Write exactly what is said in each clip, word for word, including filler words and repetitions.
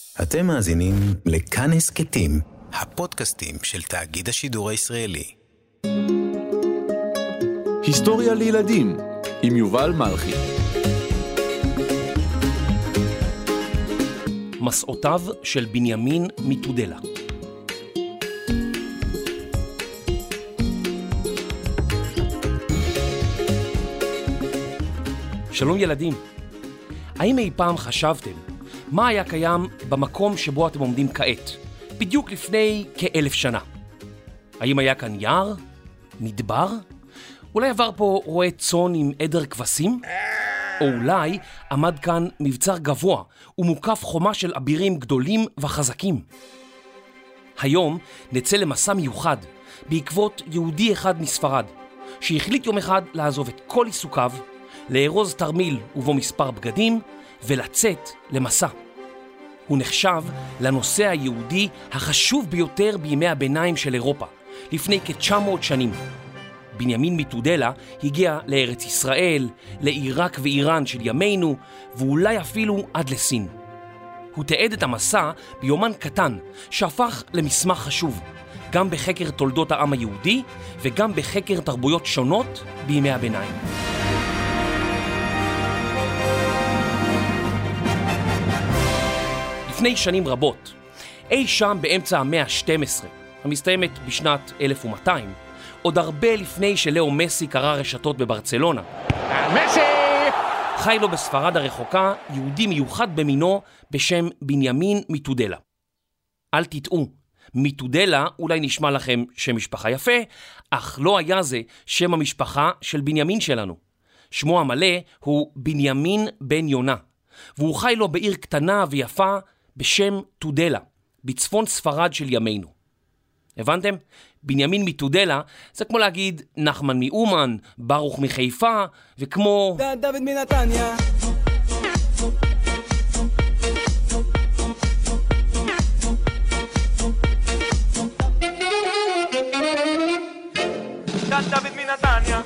אתם מאזינים לכאן הסכתים, הפודקאסטים של תאגיד השידור הישראלי. היסטוריה לילדים עם יובל מלכי. מסעותיו של בנימין מתודלה. שלום ילדים. האם אי פעם חשבתם מה היה קיים במקום שבו אתם עומדים כעת, בדיוק לפני כאלף שנה? האם היה כאן יער? מדבר? אולי עבר פה רועה צאן עם עדר כבשים? או אולי עמד כאן מבצר גבוה ומוקף חומה של אבירים גדולים וחזקים? היום נצא למסע מיוחד בעקבות יהודי אחד מספרד, שהחליט יום אחד לעזוב את כל עיסוקיו, לארוז תרמיל ובו מספר בגדים ולצאת למסע. הוא נחשב לנושא היהודי החשוב ביותר בימי הביניים של אירופה, לפני כ-תשע מאות שנים. בנימין מתודלה הגיע לארץ ישראל, לעיראק ואיראן של ימינו, ואולי אפילו עד לסין. הוא תיעד את המסע ביומן קטן שהפך למסמך חשוב, גם בחקר תולדות העם היהודי וגם בחקר תרבויות שונות בימי הביניים. לפני שנים רבות, אי שם באמצע המאה ה-שתים עשרה, המסתיימת בשנת אלף ומאתיים, עוד הרבה לפני שלאו מסי קרא רשתות בברצלונה, מסי! חי לו בספרד הרחוקה יהודי מיוחד במינו בשם בנימין מתודלה. אל תטעו, מתודלה אולי נשמע לכם שם משפחה יפה, אך לא היה זה שם המשפחה של בנימין שלנו. שמו המלא הוא בנימין בן יונה, והוא חי לו בעיר קטנה ויפה בשם תודלה, בצפון ספרד של ימינו. הבנתם? בנימין מתודלה זה כמו להגיד נחמן מאומן, ברוך מחיפה, וכמו ד- דוד מנתניה. ד- דוד מנתניה.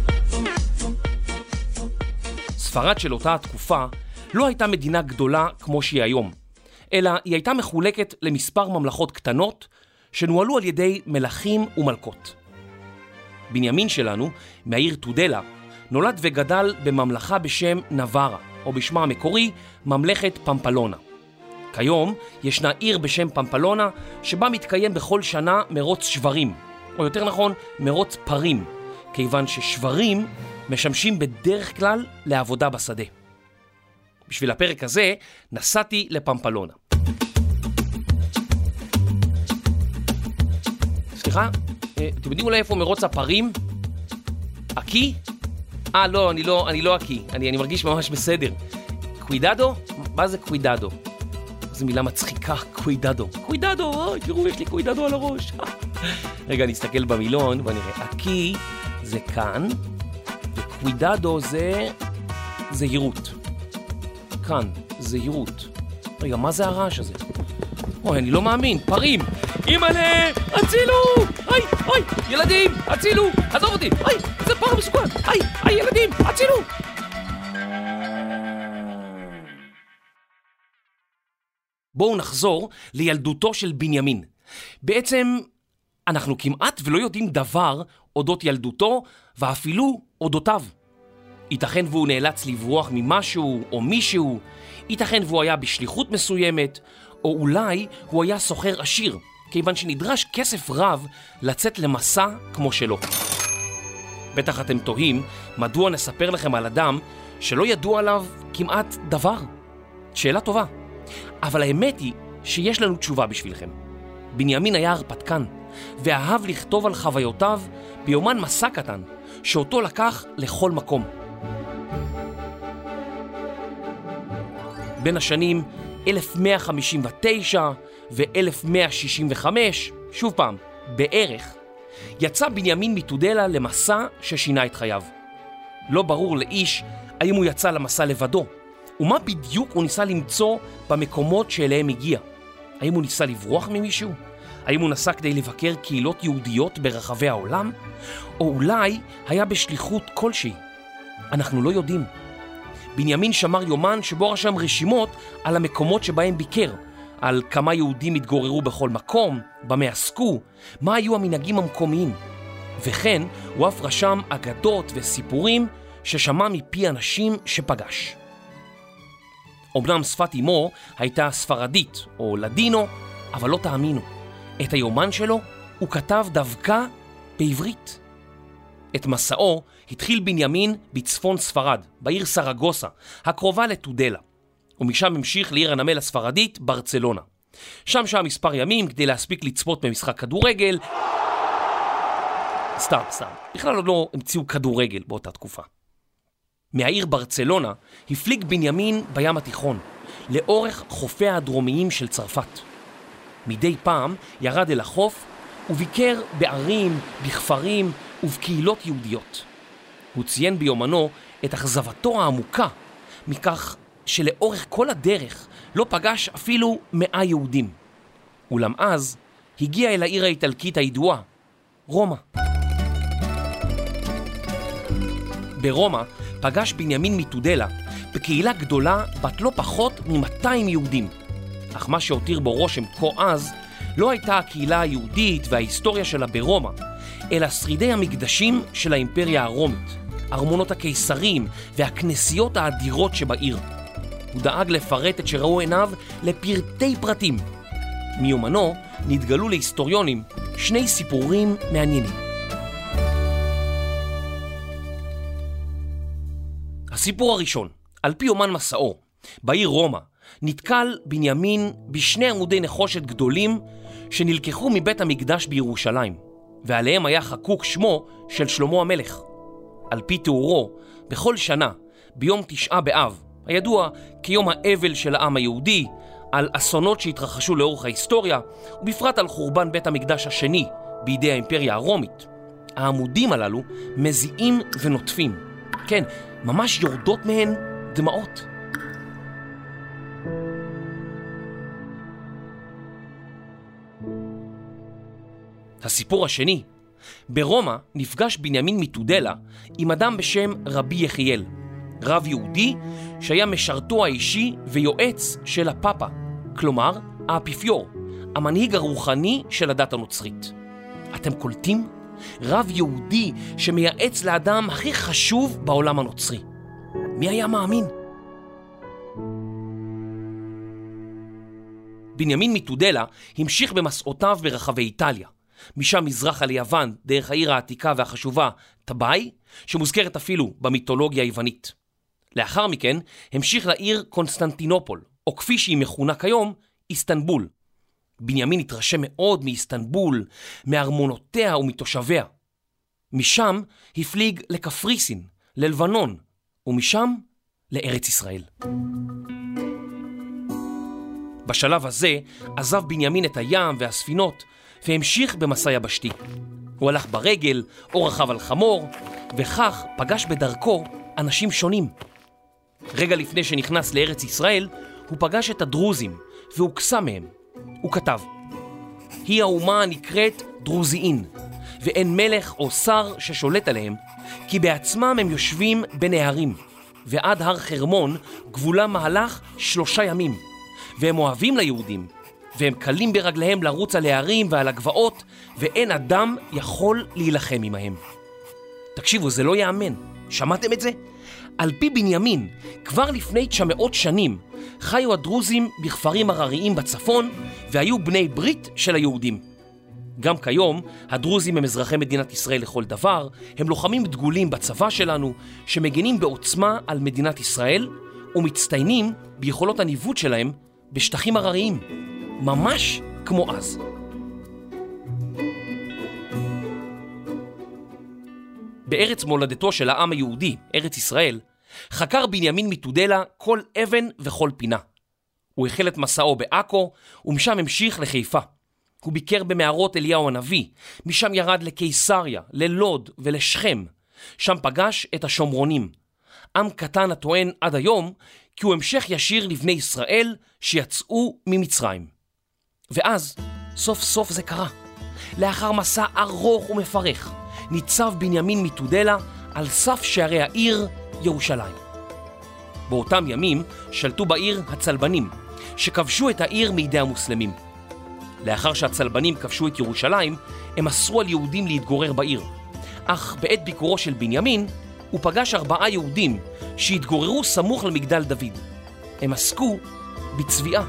ספרד של אותה התקופה לא הייתה מדינה גדולה כמו שהיא היום, אלא היא הייתה מחולקת למספר ממלכות קטנות שנוהלו על ידי מלכים ומלכות. בנימין שלנו, מהעיר תודלה, נולד וגדל בממלכה בשם נברה, או בשמה המקורי, ממלכת פמפלונה. כיום ישנה עיר בשם פמפלונה, שבה מתקיים בכל שנה מרוץ שברים, או יותר נכון, מרוץ פרים, כיוון ששברים משמשים בדרך כלל לעבודה בשדה. בשביל הפרק הזה נסעתי לפמפלונה. סליחה, אתם יודעים אולי איפה מרוץ הפרים? אקי? אה, לא, אני לא, אני לא אקי. אני, אני מרגיש ממש בסדר. קווידדו? מה זה קווידדו? זו מילה מצחיקה, קווידדו. קווידדו, אוי, תראו, יש לי קווידדו על הראש. רגע, אני אסתכל במילון ונראה. אקי זה כאן, וקווידדו זה זהירות. כאן, זהירות. רגע, מה זה הרעש הזה? אוי, אני לא מאמין, פרים! אימא'לה, הצילו! היי, היי, ילדים, הצילו! עזוב אותי, היי, זה פר מסוכן! היי, היי, ילדים, הצילו! בואו נחזור לילדותו של בנימין. בעצם, אנחנו כמעט ולא יודעים דבר אודות ילדותו, ואפילו אודותיו. ייתכן והוא נאלץ לברוח ממשהו או מישהו, ייתכן והוא היה בשליחות מסוימת, או אולי הוא היה סוחר עשיר, כיוון שנדרש כסף רב לצאת למסע כמו שלו. בטח אתם תוהים מדוע נספר לכם על אדם שלא ידוע עליו כמעט דבר. שאלה טובה. אבל האמת היא שיש לנו תשובה בשבילכם. בנימין היה הרפתקן, ואהב לכתוב על חוויותיו ביומן מסע קטן, שאותו לקח לכל מקום. בין השנים אלף מאה חמישים ותשע ו-אלף מאה שישים וחמש, שוב פעם, בערך, יצא בנימין מתודלה למסע ששינה את חייו. לא ברור לאיש האם הוא יצא למסע לבדו, ומה בדיוק הוא ניסה למצוא במקומות שאליהם הגיע. האם הוא ניסה לברוח ממישהו? האם הוא נסע כדי לבקר קהילות יהודיות ברחבי העולם? או אולי היה בשליחות כלשהי? אנחנו לא יודעים. בנימין שמר יומן שבו רשם רשימות על המקומות שבהם ביקר, על כמה יהודים התגוררו בכל מקום, במה עסקו, מה היו המנהגים המקומיים. וכן, הוא אף רשם אגדות וסיפורים ששמע מפי אנשים שפגש. אמנם שפת אמו הייתה ספרדית או לדינו, אבל לא תאמינו, את היומן שלו הוא כתב דווקא בעברית. את מסעו התחיל בנימין בצפון ספרד, בעיר סרגוסה, הקרובה לטודלה, ומשם המשיך לעיר הנמל הספרדית, ברצלונה. שם שם מספר ימים כדי להספיק לצפות במשחק כדורגל. סתם, סתם, בכלל עוד לא המציאו כדורגל באותה תקופה. מהעיר ברצלונה הפליג בנימין בים התיכון, לאורך חופיה הדרומיים של צרפת. מדי פעם ירד אל החוף וביקר בערים, בכפרים ובקהילות יהודיות. הוא ציין ביומנו את אכזבתו העמוקה מכך שלאורך כל הדרך לא פגש אפילו מאה יהודים. אולם אז הגיע אל העיר האיטלקית הידועה, רומא. ברומא פגש בנימין מטודלה בקהילה גדולה בת לא פחות מ-מאתיים יהודים. אך מה שהותיר בו רושם כה אז לא הייתה הקהילה היהודית וההיסטוריה שלה ברומא, אלא שרידי המקדשים של האימפריה הרומית, ארמונות הקיסרים והכנסיות האדירות שבעיר. הוא דאג לפרט את שראו עיניו לפרטי פרטים. מיומנו נתגלו להיסטוריונים שני סיפורים מעניינים. הסיפור הראשון, על פי יומן מסעו, בעיר רומא, נתקל בנימין בשני עמודי נחושת גדולים שנלקחו מבית המקדש בירושלים, ועליהם היה חקוק שמו של שלמה המלך. על פי תיאורו, בכל שנה, ביום תשעה באב, הידוע כיום האבל של העם היהודי, על אסונות שהתרחשו לאורך ההיסטוריה, ובפרט על חורבן בית המקדש השני בידי האימפריה הרומית, העמודים הללו מזיעים ונוטפים. כן, ממש יורדות מהן דמעות. הסיפור השני, ברומא נפגש בנימין מטודלה עם אדם בשם רבי יחיאל, רב יהודי שהיה משרתו האישי ויועץ של הפאפה, כלומר האפיפיור, המנהיג הרוחני של הדת הנוצרית. אתם קולטים? רב יהודי שמייעץ לאדם הכי חשוב בעולם הנוצרי. מי היה מאמין? בנימין מטודלה המשיך במסעותיו ברחבי איטליה, משם מזרחה ליוון דרך העיר העתיקה והחשובה טבעי, שמוזכרת אפילו במיתולוגיה היוונית. לאחר מכן המשיך לעיר קונסטנטינופול, או כפי שהיא מכונה כיום, איסטנבול. בנימין התרשם מאוד מאיסטנבול, מארמונותיה ומתושביה. משם הפליג לקפריסין, ללבנון, ומשם לארץ ישראל. בשלב הזה עזב בנימין את הים והספינות והמשיך במסע יבשתי. הוא הלך ברגל או רכב על חמור, וכך פגש בדרכו אנשים שונים. רגע לפני שנכנס לארץ ישראל, הוא פגש את הדרוזים והוקסם מהם. הוא כתב: היא האומה הנקראת דרוזיין, ואין מלך או שר ששולט עליהם, כי בעצמם הם יושבים בנהרים, ועד הר חרמון גבולה מהלך שלושה ימים, והם אוהבים ליהודים, והם קלים ברגליהם לרוץ על ההרים ועל הגבעות, ואין אדם יכול להילחם עמהם. תקשיבו, זה לא יאמן. שמעתם את זה? על פי בנימין, כבר לפני תשע מאות שנים, חיו הדרוזים בכפרים הרריים בצפון, והיו בני ברית של היהודים. גם כיום, הדרוזים הם אזרחי מדינת ישראל לכל דבר, הם לוחמים דגולים בצבא שלנו, שמגנים בעוצמה על מדינת ישראל, ומצטיינים ביכולות הניווט שלהם בשטחים הרריים, ממש כמו אז. בארץ מולדתו של העם היהודי, ארץ ישראל, חקר בנימין מטודלה כל אבן וכל פינה. הוא החל את מסעו בעכו, ומשם המשיך לחיפה. הוא ביקר במערות אליהו הנביא, משם ירד לקיסריה, ללוד ולשכם. שם פגש את השומרונים. עם קטן הטוען עד היום, כי הוא המשך ישיר לבני ישראל שיצאו ממצרים. ואז, סוף סוף זה קרה. לאחר מסע ארוך ומפרך, ניצב בנימין מטודלה על סף שערי העיר ירושלים. באותם ימים שלטו בעיר הצלבנים, שכבשו את העיר מידי המוסלמים. לאחר שהצלבנים כבשו את ירושלים, הם אסרו על יהודים להתגורר בעיר. אך בעת ביקורו של בנימין, הוא פגש ארבעה יהודים שהתגוררו סמוך למגדל דוד. הם עסקו בצביעה.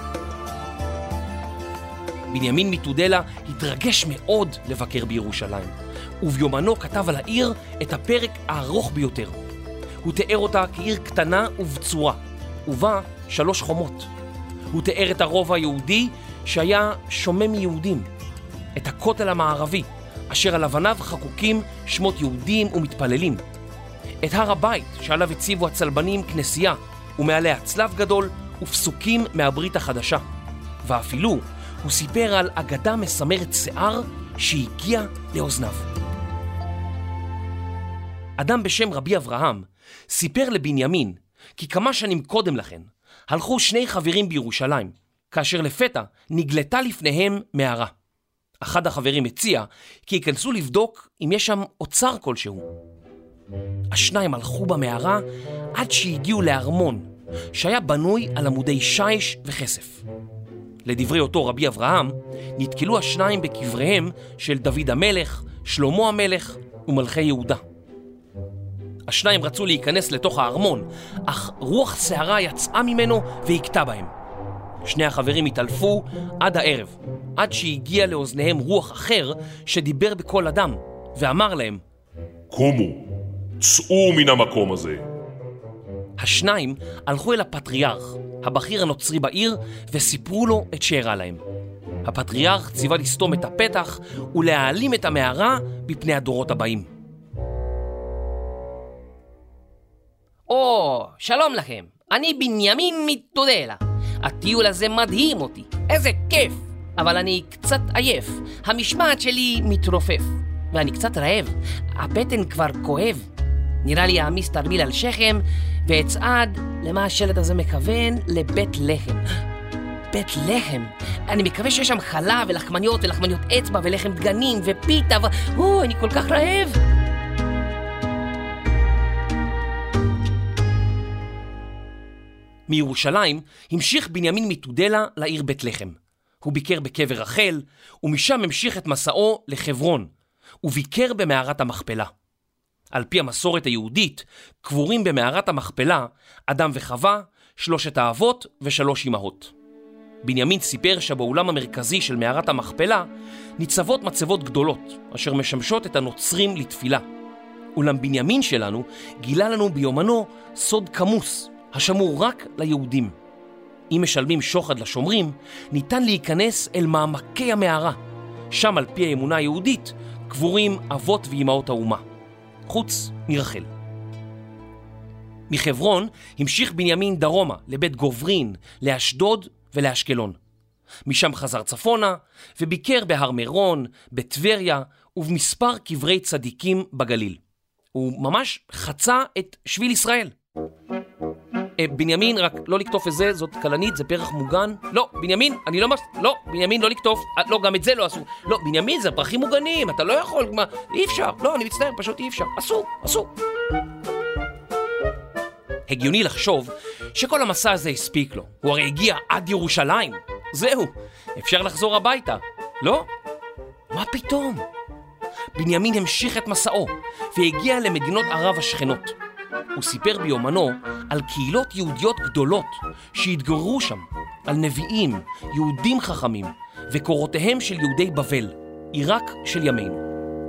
בנימין מתודלה התרגש מאוד לבקר בירושלים, וביומנו כתב על העיר את הפרק הארוך ביותר. הוא תיאר אותה כעיר קטנה ובצורה, ובה שלוש חומות. הוא תיאר את הרובע היהודי שהיה שומם מיהודים, את הכותל המערבי, אשר על אבניו חקוקים שמות יהודים ומתפללים, את הר הבית שעליו הציבו הצלבנים כנסייה, ומעליה צלב גדול ופסוקים מהברית החדשה. ואפילו הוא סיפר על אגדה מסמרת שיער שהגיע לאוזניו. אדם בשם רבי אברהם סיפר לבנימין כי כמה שנים קודם לכן הלכו שני חברים בירושלים, כאשר לפתע נגלתה לפניהם מערה. אחד החברים הציע כי ייכנסו לבדוק אם יש שם אוצר כלשהו. השניים הלכו במערה עד שהגיעו לארמון, שהיה בנוי על עמודי שיש וכסף. לדברי אותו רבי אברהם, נתקלו השניים בקבריהם של דוד המלך, שלמה המלך ומלכי יהודה. השניים רצו להיכנס לתוך הארמון, אך רוח שערה יצאה ממנו והכתה בהם. שני החברים התעלפו עד הערב, עד שהגיע לאוזניהם רוח אחר שדיבר בקול אדם, ואמר להם, קומו, צאו מן המקום הזה. השניים הלכו אל הפטריארך, הבכיר הנוצרי בעיר, וסיפרו לו את שאירע להם. הפטריארך ציווה לסתום את הפתח ולהעלים את המערה בפני הדורות הבאים. או, שלום לכם, אני בנימין מתודלה. הטיול הזה מדהים אותי, איזה כיף. אבל אני קצת עייף, המשמעת שלי מתרופף, ואני קצת רעב, הבטן כבר כואב. נראה לי העמיס תרמיל על שכם ואצעד, למה השלט הזה מכוון? לבית לחם. בית לחם. אני מקווה שיש שם חלב ולחמניות ולחמניות אצבע ולחם דגנים ופיתה ו... או, אני כל כך רעב. מירושלים המשיך בנימין מתודלה לעיר בית לחם. הוא ביקר בקבר רחל, ומשם המשיך את מסעו לחברון, וביקר במערת המכפלה. על פי המסורת היהודית, קבורים במערת המכפלה אדם וחווה, שלושת האבות ושלוש אמהות. בנימין סיפר שבאולם המרכזי של מערת המכפלה ניצבות מצבות גדולות, אשר משמשות את הנוצרים לתפילה. אולם בנימין שלנו גילה לנו ביומנו סוד כמוס, השמור רק ליהודים. אם משלמים שוחד לשומרים, ניתן להיכנס אל מעמקי המערה. שם על פי האמונה היהודית קבורים אבות ואימהות האומה, חוץ מרחל. מחברון המשיך בנימין דרומה לבית גוברין, לאשדוד ולאשקלון. משם חזר צפונה וביקר בהר מירון, בטבריה ובמספר קברי צדיקים בגליל. הוא ממש חצה את שביל ישראל. בנימין, רק לא לקטוף את זה, זאת קלנית, זה פרח מוגן. לא, בנימין, אני לא מס... לא, בנימין, לא לקטוף. לא, גם את זה לא אסור. לא, בנימין, זה פרחים מוגנים, אתה לא יכול, מה... אי אפשר. לא, אני מצטער, פשוט אי אפשר. אסור, אסור. הגיוני לחשוב שכל המסע הזה הספיק לו. הוא הרי הגיע עד ירושלים. זהו, אפשר לחזור הביתה. לא? מה פתאום? בנימין המשיך את מסעו והגיע למדינות ערב השכנות. הוא סיפר ביומנו על קהילות יהודיות גדולות שהתגוררו שם, על נביאים, יהודים חכמים וקורותיהם של יהודי בבל, עיראק של ימינו.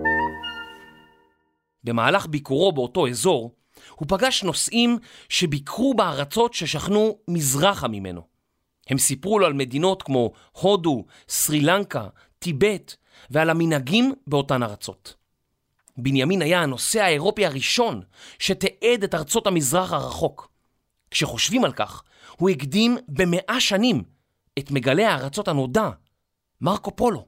במהלך ביקורו באותו אזור, הוא פגש נוסעים שביקרו בארצות ששכנו מזרחה ממנו. הם סיפרו לו על מדינות כמו הודו, סרי לנקה, טיבט, ועל המנהגים באותן ארצות. בנימין היה הנוסע האירופי הראשון שתיעד את ארצות המזרח הרחוק. כשחושבים על כך, הוא הקדים במאה שנים את מגלה הארצות הנודע, מרקו פולו.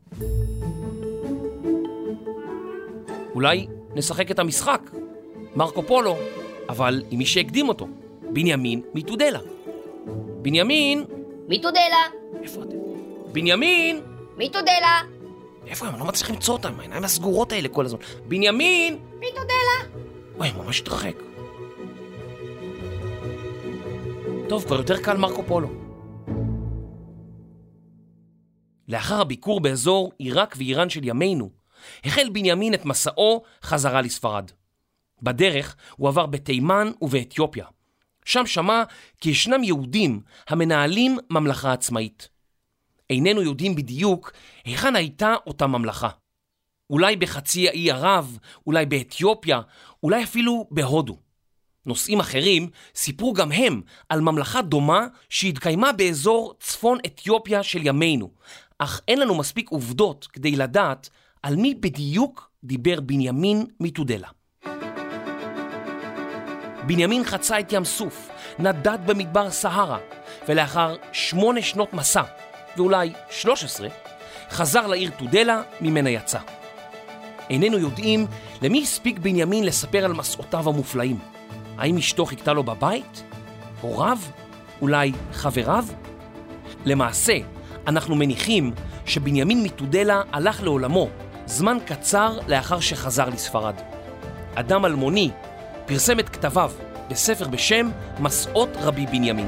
אולי נשחק את המשחק, מרקו פולו, אבל עם מי שהקדים אותו, בנימין מתודלה. בנימין... מתודלה. איפה אתם? בנימין... מתודלה. איפה הם? אני לא מצליח למצוא אותם, העיניים הסגורות האלה כל הזמן. בנימין! מתודלה! וואי, ממש התרחק. טוב, כבר יותר קל מרקו פולו. לאחר הביקור באזור עיראק ואיראן של ימינו, החל בנימין את מסעו חזרה לספרד. בדרך הוא עבר בתימן ובאתיופיה. שם שמע כי ישנם יהודים המנהלים ממלכה עצמאית. איננו יודעים בדיוק היכן הייתה אותה ממלכה. אולי בחצי האי ערב, אולי באתיופיה, אולי אפילו בהודו. נושאים אחרים סיפרו גם הם על ממלכה דומה שהתקיימה באזור צפון אתיופיה של ימינו, אך אין לנו מספיק עובדות כדי לדעת על מי בדיוק דיבר בנימין מתודלה. בנימין חצה את ים סוף, נדד במדבר סהרה, ולאחר שמונה שנות מסע, ואולי שלוש עשרה, חזר לעיר תודלה ממנה יצא. איננו יודעים למי הספיק בנימין לספר על מסעותיו המופלאים. האם אשתו חיכתה לו בבית? הוריו? אולי חבריו? למעשה, אנחנו מניחים שבנימין מתודלה הלך לעולמו זמן קצר לאחר שחזר לספרד. אדם אלמוני פרסם את כתביו בספר בשם מסעות רבי בנימין.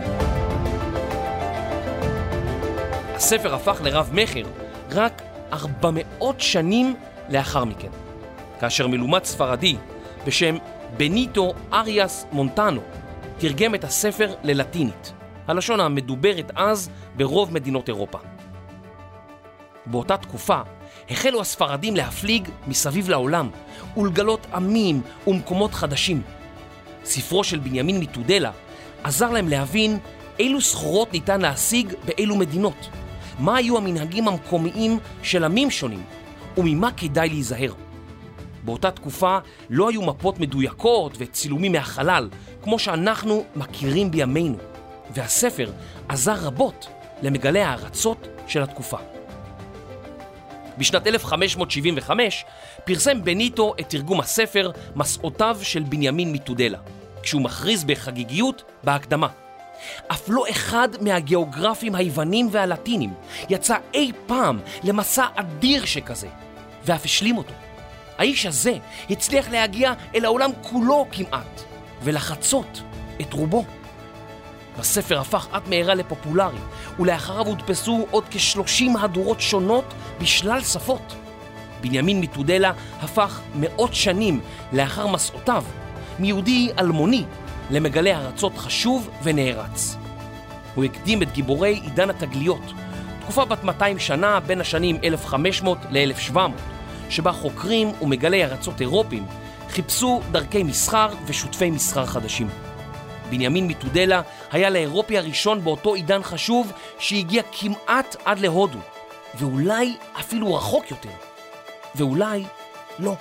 הספר הפך לרב מחר רק ארבע מאות שנים לאחר מכן, כאשר מלומד ספרדי בשם בניטו אריאס מונטנו תרגם את הספר ללטינית, הלשון המדוברת אז ברוב מדינות אירופה. באותה תקופה החלו הספרדים להפליג מסביב לעולם ולגלות עמים ומקומות חדשים. ספרו של בנימין מתודלה עזר להם להבין אילו סחורות ניתן להשיג באילו מדינות, מה היו המנהגים המקומיים של עמים שונים וממה כדאי להיזהר. באותה תקופה לא היו מפות מדויקות וצילומים מהחלל כמו שאנחנו מכירים בימינו, והספר עזר רבות למגלי הארצות של התקופה. בשנת אלף חמש מאות שבעים וחמש פרסם בניטו את תרגום הספר מסעותיו של בנימין מתודלה, כשהוא מכריז בחגיגיות בהקדמה: אף לא אחד מהגיאוגרפים היוונים והלטינים יצא אי פעם למסע אדיר שכזה, ואף השלים אותו. האיש הזה הצליח להגיע אל העולם כולו כמעט, ולחצות את רובו. הספר הפך עד מהרה לפופולרי, ולאחריו הודפסו עוד כשלושים מהדורות שונות בשלל שפות. בנימין מתודלה הפך מאות שנים לאחר מסעותיו מיהודי אלמוני למגלה ארצות חשוב ונערץ. הוא הקדים את גיבורי עידן התגליות, תקופה בת מאתיים שנה בין השנים אלף וחמש מאות ל-אלף ושבע מאות, שבה חוקרים ומגלי ארצות אירופים חיפשו דרכי מסחר ושותפי מסחר חדשים. בנימין מתודלה היה לאירופי הראשון באותו עידן חשוב שהגיע כמעט עד להודו, ואולי אפילו רחוק יותר, ואולי לא.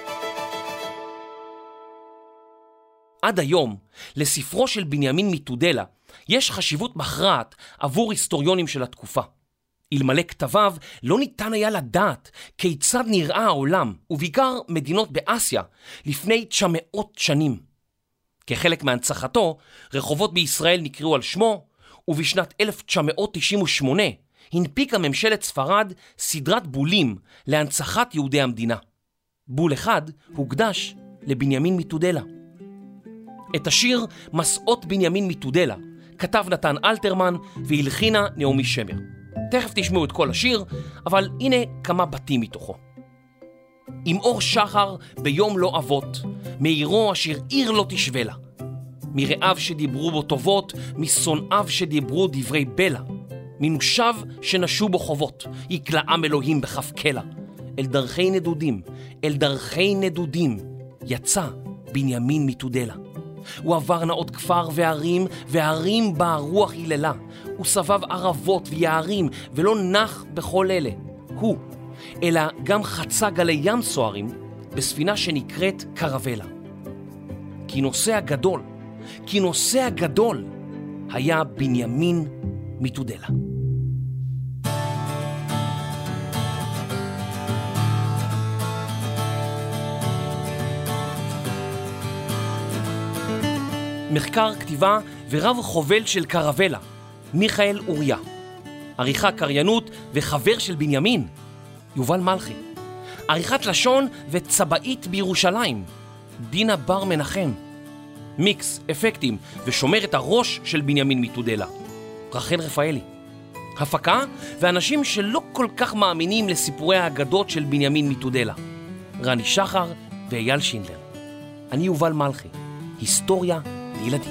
עד היום, לספרו של בנימין מתודלה יש חשיבות מכרעת עבור היסטוריונים של התקופה. אלמלא כתביו לא ניתן היה לדעת כיצד נראה העולם, ובעיקר מדינות באסיה, לפני תשע מאות שנים. כחלק מהנצחתו, רחובות בישראל נקראו על שמו, ובשנת אלף תשע מאות תשעים ושמונה הנפיקה ממשלת ספרד סדרת בולים להנצחת יהודי המדינה. בול אחד הוקדש לבנימין מתודלה. את השיר מסעות בנימין מתודלה כתב נתן אלתרמן והלחינה נעמי שמר. תכף תשמעו את כל השיר, אבל הנה כמה בתים מתוכו. עם אור שחר ביום לא אבות, מאירו אשר עיר לא תשווה לה. מרעיו שדיברו בו טובות, משונאיו שדיברו דברי בלע. מנושיו שנשו בו חובות, יקלעם אלוהים בכף קלע. אל דרכי נדודים, אל דרכי נדודים, יצא בנימין מתודלה. הוא עבר נאות כפר וערים, והרים בה רוח היללה. הוא סבב ערבות ויערים, ולא נח בכל אלה. הוא, אלא גם חצה גלי ים סוערים, בספינה שנקראת קרבלה. כי נושא הגדול, כי נושא הגדול, היה בנימין מתודלה. מחקר, כתיבה ורב חובל של קרבלה, מיכאל אוריה. עריכה, קריינות וחבר של בנימין, יובל מלכי. עריכת לשון וצבאית בירושלים, דינה בר מנחם. מיקס, אפקטים ושומרת הראש של בנימין מתודלה, רחל רפאלי. הפקה ואנשים שלא כל כך מאמינים לסיפורי האגדות של בנימין מתודלה. רני שחר ואייל שינדלר. אני יובל מלכי. היסטוריה לילדים.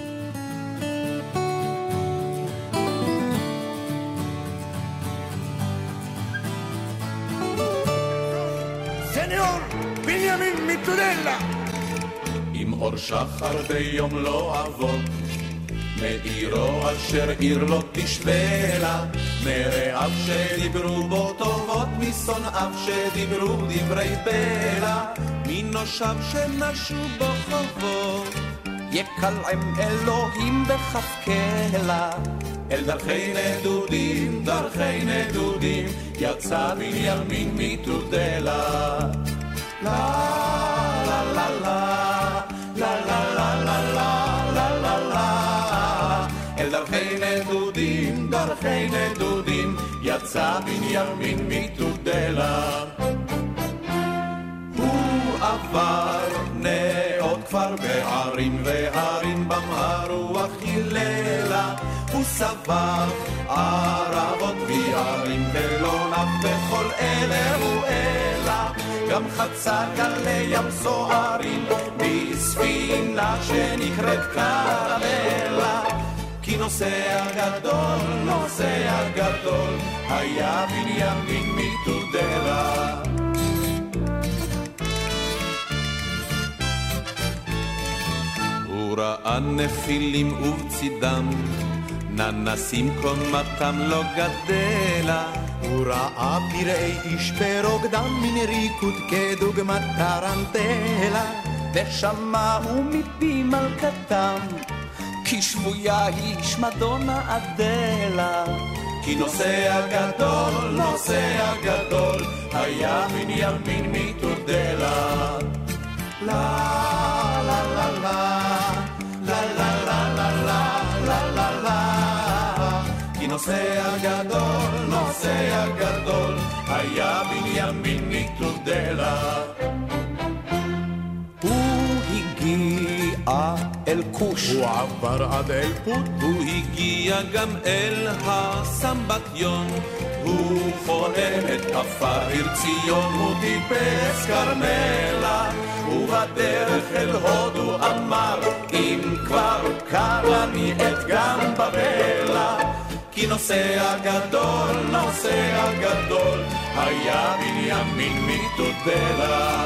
סניור בנימין מתודלה. עם אור שחר ביום לא אבות, מאירו אשר עיר לא תשווה לה, מרעיו שדיברו בו טובות, משונאיו שדיברו דברי בלע, מנושיו שנשו בו חובות, יקל עם אלוהים בכף קלע. אל דרכי נדודים, דרכי נדודים, יצא בנימין מתודלה. לה לה לה לה לה לה לה לה לה לה לה, אל דרכי נדודים, דרכי נדודים, יצא בנימין מתודלה. הוא עבר נאות כפר בערים והרים, במהר רוח היללה. הוא סבב ערבות ויערים ולא נף בכל אלה הוא אלה, גם חצה גלי ים סוערים בספינה שנקראת קרמלה. כי נוסע גדול, נוסע גדול, היה בנימין מתודלה. הוא ראה נפילים ובצידם, ננסים קומתם לא גדלה. הוא ראה פראי איש ברוקדם, מן ריקוד כדוגמת טרנטלה. ושמעו מפי מלכתם, כי שבויה היא שמדונה אדלה. כי נוסע גדול, נוסע גדול, היה בנימין מתודלה. לה לה לה לה לה לה לה לה לה לה לה, כי נוסע גדול, נוסע גדול, היה בנימין מתודלה. הוא הגיע אל כוש, הוא עבר עד אל פוט, הוא הגיע גם אל הסמבטיון. הוא חולם את כפר עיר ציון, הוא טיפס קרמלה. ובדרך אל הודו אמר, אם כבר קר אני את גם בבלה. כי נוסע גדול, נוסע גדול, היה בנימין מתודלה.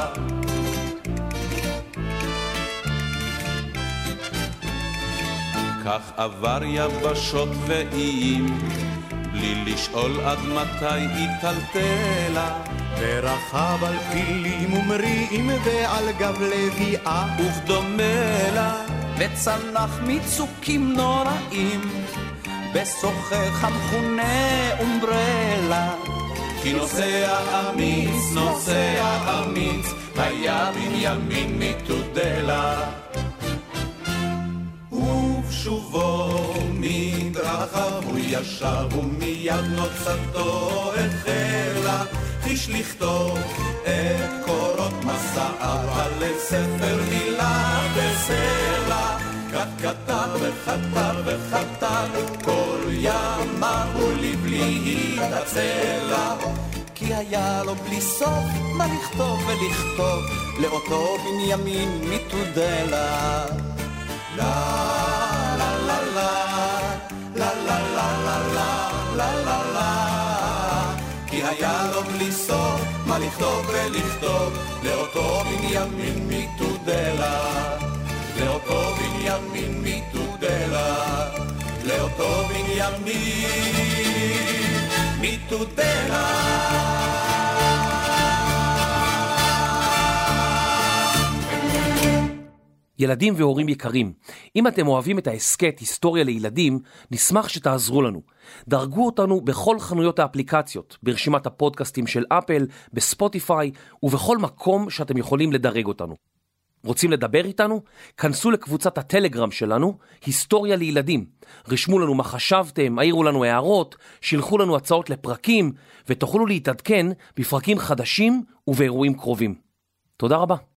כך עבר יבשות ואיים, בלי לשאול עד מתי יטלטלה. ורחב על פילים ומריעים ועל גב לביאה וכדומה לה, וצנח מצוקים נוראים בסוחך המכונה אומברלה. כי נוסע אמיץ, נוסע אמיץ, היה בנימין מתודלה. ובשובו מדרכיו הוא ישב ומיד נוצתו החלה. חיש לכתוב את קורות מסעיו על ספר מילה בסלע. כך כתב וכתב וכתב כל ימיו ולבלי התעצלה. כי היה לו בלי סוף מה לכתוב ולכתוב לאותו בנימין מתודלה. לה לה לה לה לה לה לה לה לה לה לה, כי היה לו בלי סוף מה לכתוב ולכתוב לאותו בנימין מתודלה. לאותו בנימין מתודלה, לאותו בנימין מתודלה. ילדים והורים יקרים, אם אתם אוהבים את העסקת היסטוריה לילדים, נשמח שתעזרו לנו. דרגו אותנו בכל חנויות האפליקציות, ברשימת הפודקאסטים של אפל, בספוטיפיי ובכל מקום שאתם יכולים לדרג אותנו. רוצים לדבר איתנו? כנסו לקבוצת הטלגרם שלנו, היסטוריה לילדים. רשמו לנו מה חשבתם, העירו לנו הערות, שילחו לנו הצעות לפרקים, ותוכלו להתעדכן בפרקים חדשים ובאירועים קרובים. תודה רבה.